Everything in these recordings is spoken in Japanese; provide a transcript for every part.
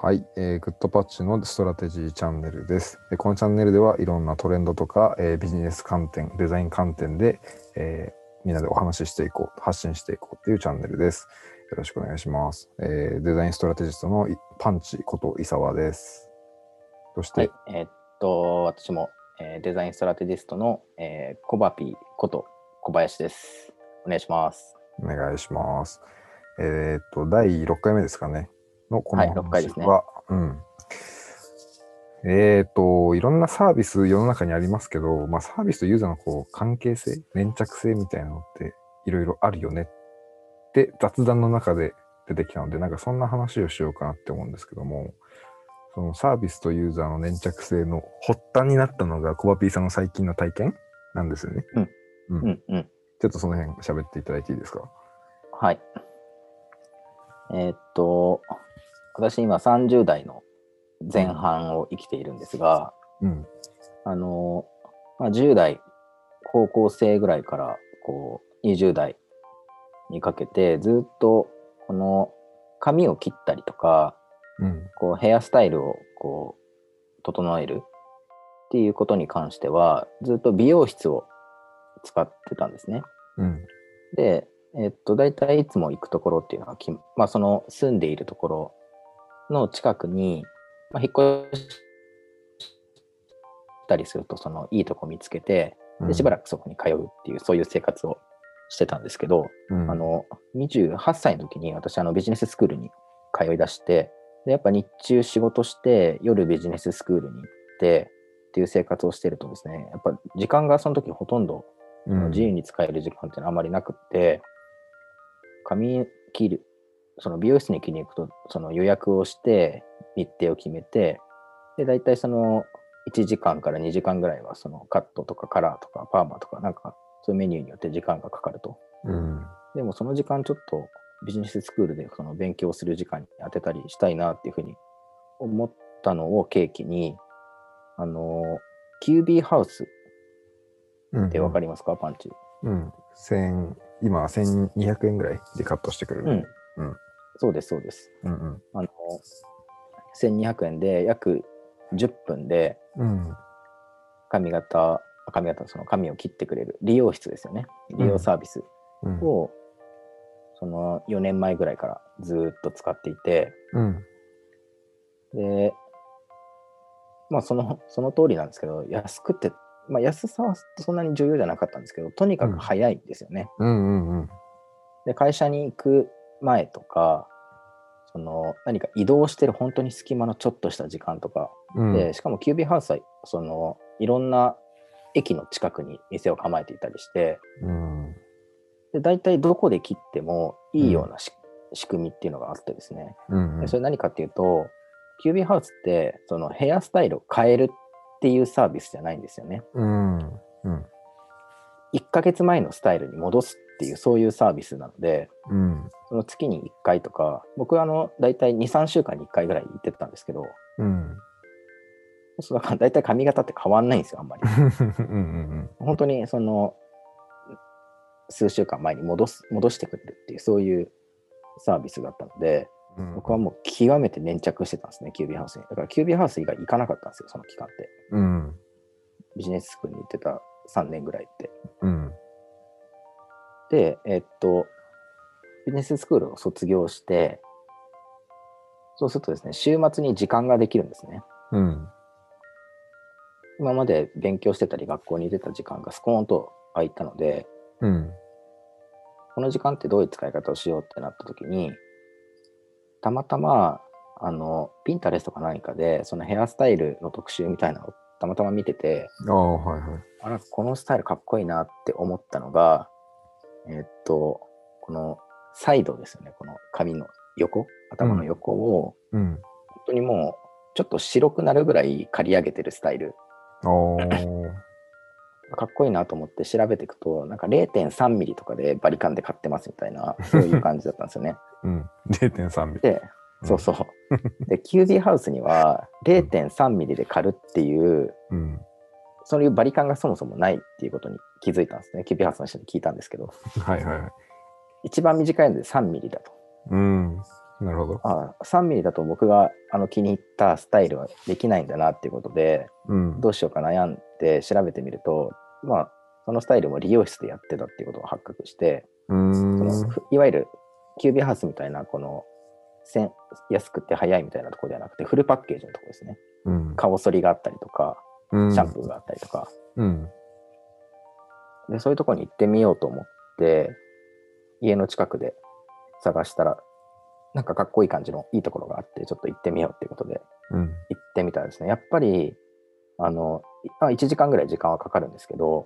はい、グッドパッチのストラテジーチャンネルです。このチャンネルではいろんなトレンドとか、ビジネス観点、デザイン観点で、みんなでお話ししていこう、発信していこうっていうチャンネルです。よろしくお願いします。デザインストラテジストのパンチこと伊沢です。そして、 はい、私も、デザインストラテジストの、コバピーこと小林です。お願いします。 お願いします。第6回目ですかね。のこのはい、6回ですね。 は、いろんなサービス世の中にありますけど、サービスとユーザーの関係性、粘着性みたいなのっていろいろあるよねって雑談の中で出てきたので、そんな話をしようかなって思うんですけども、そのサービスとユーザーの粘着性の発端になったのがコバピーさんの最近の体験なんですよね。ちょっとその辺喋っていただいていいですか？ はい。私今30代の前半を生きているんですが、10代高校生ぐらいから20代にかけてずっとこの髪を切ったりとか、ヘアスタイルを整えるっていうことに関してはずっと美容室を使ってたんですね。で、大体いつも行くところっていうのはその住んでいるところの近くに、引っ越したりするとそのいいとこ見つけて、でしばらくそこに通うっていうそういう生活をしてたんですけど、28歳の時に私ビジネススクールに通い出して、でやっぱ日中仕事して夜ビジネススクールに行ってっていう生活をしてるとですね、やっぱ時間がその時ほとんど自由に使える時間っていうのはあまりなくって、髪切る、その美容室に切りに行くとその予約をして日程を決めて、で大体その1時間から2時間ぐらいはそのカットとかカラーとかパーマとかそういうメニューによって時間がかかると。でもその時間ちょっとビジネススクールでその勉強する時間に当てたりしたいなっていうふうに思ったのを契機に、キュービーハウスってわかりますか？パンチ。 今1200円ぐらいでカットしてくれる。 そうです、そうです。1200円で約10分でその髪を切ってくれる理容室ですよね。理容サービスを、その4年前ぐらいからずっと使っていて、で、その通りなんですけど、安くて、安さはそんなに重要じゃなかったんですけど、とにかく早いんですよね。で、会社に行く前とか、その何か移動してる本当に隙間のちょっとした時間とか、でしかもキュービーハウスはそのいろんな駅の近くに店を構えていたりして、で大体どこで切ってもいいような仕組みっていうのがあってですね、でそれ何かっていうと、キュービーハウスってそのヘアスタイルを変えるっていうサービスじゃないんですよね。1ヶ月前のスタイルに戻すっていうそういうサービスなので、その月に1回とか、僕は大体 2,3 週間に1回ぐらい行ってたんですけど、だから大体髪型って変わんないんですよ、あんまり。本当にその数週間前に戻してくれるっていうそういうサービスだったので、僕はもう極めて粘着してたんですね、キュービーハウスに。だからキュービーハウス以外行かなかったんですよ、その期間って。ビジネススクールに行ってた3年ぐらいって。で、ビジネススクールを卒業して、そうするとですね、週末に時間ができるんですね。今まで勉強してたり学校に出た時間がスコーンと空いたので、この時間ってどういう使い方をしようってなった時に、たまたまピンタレスとか何かでそのヘアスタイルの特集みたいなのをたまたま見てて、このスタイルかっこいいなって思ったのが、このサイドですよね。この髪の横、頭の横を、本当にもうちょっと白くなるぐらい刈り上げてるスタイル。かっこいいなと思って調べていくと、0.3 ミリとかでバリカンで買ってますみたいな、そういう感じだったんですよね。 0.3 ミリ。 で、そうそう。で、キュービーハウスには 0.3 ミリで刈るっていう、そういうバリカンがそもそもないっていうことに気づいたんですね。キュービーハウスの人に聞いたんですけど。一番短いので3ミリだと。 なるほど。 3ミリだと僕が気に入ったスタイルはできないんだなっていうことで、どうしようか悩んで調べてみると、まあ、そのスタイルも理容室でやってたっていうことが発覚して、いわゆるキュービーハウスみたいなこの安くて早いみたいなところではなくて、フルパッケージのところですね。顔剃りがあったりとか、シャンプーがあったりとか、でそういうところに行ってみようと思って、家の近くで探したら、なんかかっこいい感じのいいところがあって、ちょっと行ってみようっていうことで行ってみたらですね、やっぱり1時間ぐらい時間はかかるんですけど、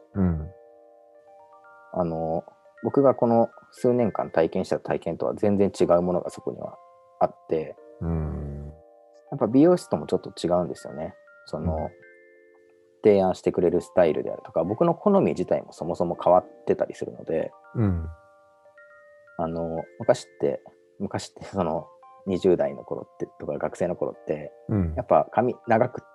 僕がこの数年間体験した体験とは全然違うものがそこにはあって、やっぱ美容室ともちょっと違うんですよね。提案してくれるスタイルであるとか、僕の好み自体もそもそも変わってたりするので、昔ってその20代の頃ってとか学生の頃って、やっぱ髪長くって、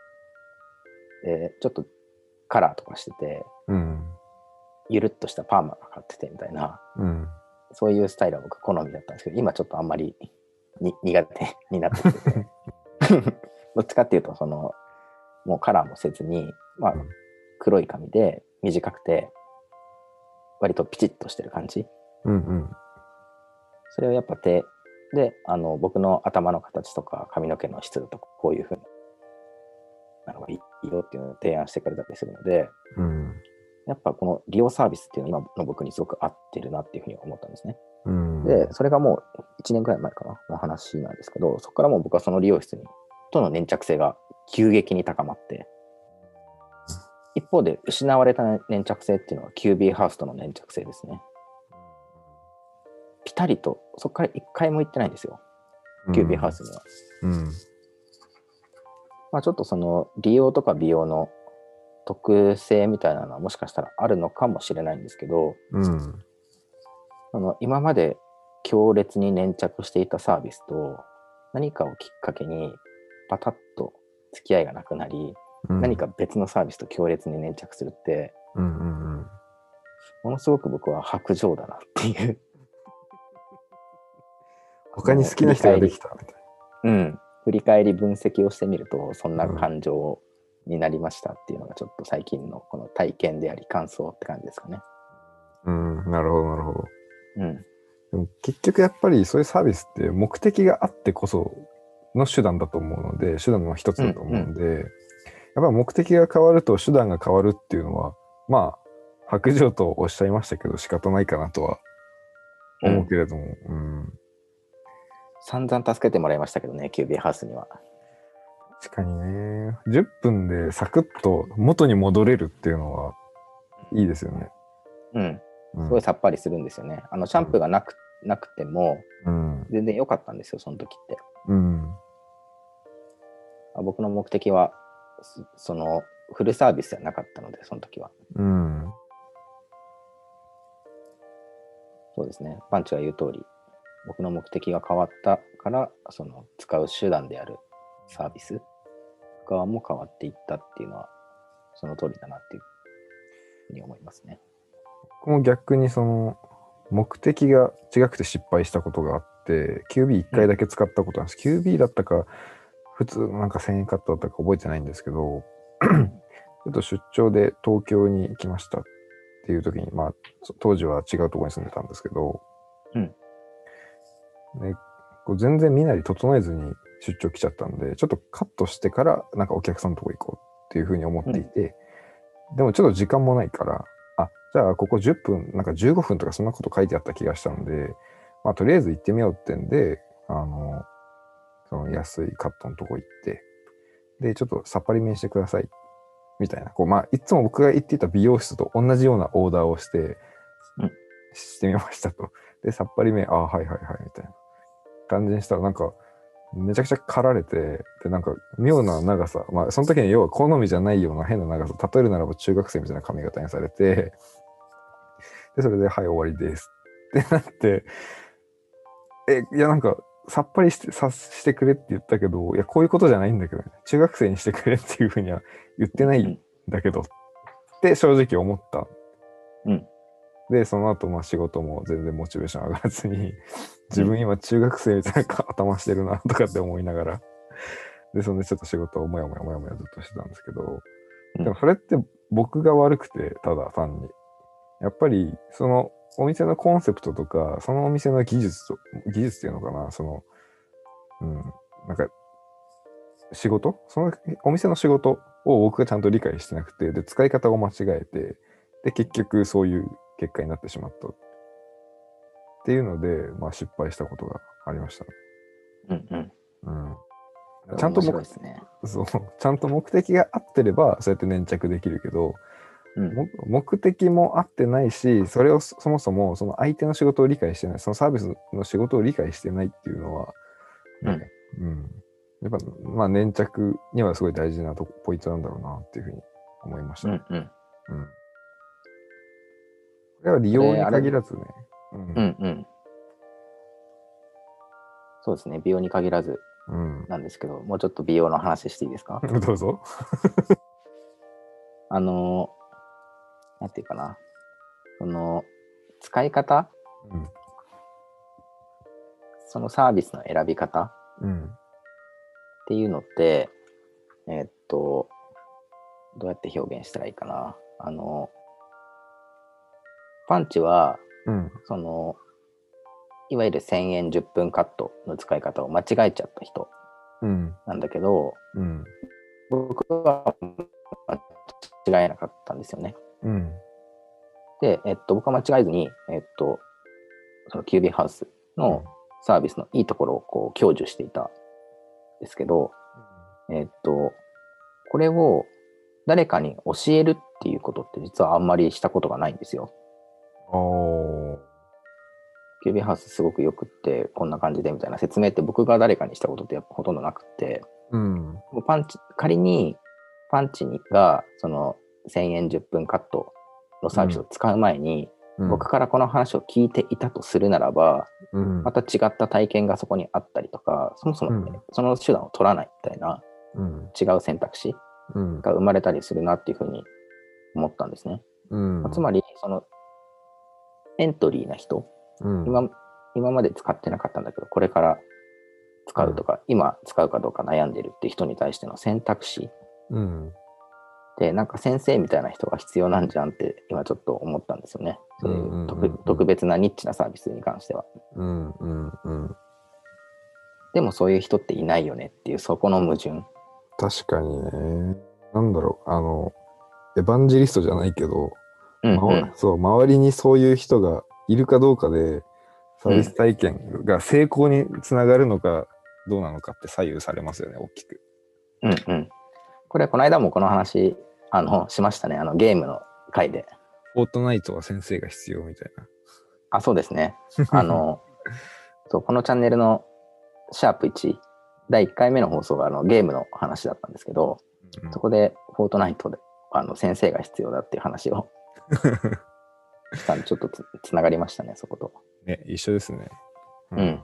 ちょっとカラーとかしてて、ゆるっとしたパーマがかかっててみたいな、そういうスタイルは僕好みだったんですけど、今ちょっとあんまり苦手になってきててどっちかっていうともうカラーもせずに、黒い髪で短くて割とピチッとしてる感じ、それをやっぱ手で僕の頭の形とか髪の毛の質とかこういう風なのがいいよっていうのを提案してくれたりするので、やっぱこの利用サービスっていうのは今の僕にすごく合ってるなっていうふうに思ったんですね。でそれがもう1年くらい前かなの話なんですけど、そこからもう僕はその理容室との粘着性が急激に高まって、一方で失われた粘着性っていうのはキュービーハウスとの粘着性ですね。ピタリとそこから一回も行ってないんですよ、キュービーハウスには。ちょっとその利用とか美容の特性みたいなのはもしかしたらあるのかもしれないんですけど、今まで強烈に粘着していたサービスと何かをきっかけにパタッと付き合いがなくなり、何か別のサービスと強烈に粘着するって、ものすごく僕は薄情だなっていう他に好きな人ができたみたいな、振り返り分析をしてみるとそんな感情になりましたっていうのがちょっと最近のこの体験であり感想って感じですかね。 なるほどなるほど。でも結局やっぱりそういうサービスって目的があってこその手段だと思うので、手段の一つだと思うので、やっぱり目的が変わると手段が変わるっていうのは、まあ白状とおっしゃいましたけど仕方ないかなとは思うけれども、 散々助けてもらいましたけどね、キュービーハウスには。 確かにね、10分でサクッと元に戻れるっていうのはいいですよね。 すごいさっぱりするんですよね。シャンプーがなくても全然良かったんですよ、その時って。僕の目的はそのフルサービスじゃなかったので、その時は。そうですね、パンチが言う通り、僕の目的が変わったから、その使う手段であるサービス側も変わっていったっていうのはその通りだなっていうふうに思いますね。 僕も逆にその目的が違くて失敗したことがあって、QB1 回だけ使ったことなんです。QB だったか普通のなんか1000円カットだったか覚えてないんですけどちょっと出張で東京に行きましたっていう時に、当時は違うところに住んでたんですけど、で全然身なり整えずに出張来ちゃったんで、ちょっとカットしてからなんかお客さんのとこ行こうっていうふうに思っていて、でもちょっと時間もないから、じゃあここ10分なんか15分とかそんなこと書いてあった気がしたので、とりあえず行ってみようってんで、その安いカットのとこ行って、でちょっとさっぱりめにしてくださいみたいな、いつも僕が行っていた美容室と同じようなオーダーをしてみましたと。でさっぱりめ、はいはいはいみたいな感じにしたら、なんかめちゃくちゃ刈られて、でなんか妙な長さ、その時に要は好みじゃないような変な長さ、例えるならば中学生みたいな髪型にされて、でそれではい終わりですってなって、いやなんかさっぱりしてくれって言ったけど、いやこういうことじゃないんだけど、ね、中学生にしてくれっていうふうには言ってないんだけどって正直思った。 で、その後、まあ仕事も全然モチベーション上がらずに、自分今中学生みたいな頭してるなとかって思いながら、で、そんでちょっと仕事をもやもやもやもやずっとしてたんですけど、でもそれって僕が悪くて、ただ単に。やっぱり、そのお店のコンセプトとか、そのお店の技術っていうのかな、なんか、そのお店の仕事を僕がちゃんと理解してなくて、で、使い方を間違えて、で、結局そういう結果になってしまったっていうので、まあ失敗したことがありましたね。ちゃんとちゃんと目的が合ってれば、そうやって粘着できるけど、目的も合ってないし、それをそもそもその相手の仕事を理解してない、そのサービスの仕事を理解してないっていうのは、やっぱまあ粘着にはすごい大事なポイントなんだろうなっていうふうに思いました。これは利用に限らずね。 そうですね、美容に限らずなんですけど、もうちょっと美容の話していいですか？ どうぞ。 なんていうかな、その使い方、そのサービスの選び方っていうのって、どうやって表現したらいいかな。パンチは、いわゆる1000円10分カットの使い方を間違えちゃった人なんだけど、僕は間違えなかったんですよね。で、僕は間違えずに、そのキュービーハウスのサービスのいいところをこう享受していたんですけど、これを誰かに教えるっていうことって実はあんまりしたことがないんですよ。キュービーハウスすごくよくってこんな感じでみたいな説明って僕が誰かにしたことってやっぱほとんどなくって、仮にパンチがその1000円10分カットのサービスを使う前に、僕からこの話を聞いていたとするならば、また違った体験がそこにあったりとか、そもそも、その手段を取らないみたいな、違う選択肢が生まれたりするなっていうふうに思ったんですね。つまりそのエントリーな人、今まで使ってなかったんだけどこれから使うとか、今使うかどうか悩んでるって人に対しての選択肢、でなんか先生みたいな人が必要なんじゃんって今ちょっと思ったんですよね。そういう特別なニッチなサービスに関しては。でもそういう人っていないよねっていう、そこの矛盾。 確かにね。なんだろう、エヴァンジェリストじゃないけど、周りにそういう人がいるかどうかでサービス体験が成功につながるのかどうなのかって左右されますよね、大きく。 これこの間もこの話しましたね、ゲームの回で。 フォートナイトは先生が必要みたいな。 そうですね。そう、このチャンネルのシャープ1第1回目の放送がゲームの話だったんですけど、そこでフォートナイトで先生が必要だっていう話をしたんで、ちょっとつながりましたね、そこと。 ね、一緒ですね。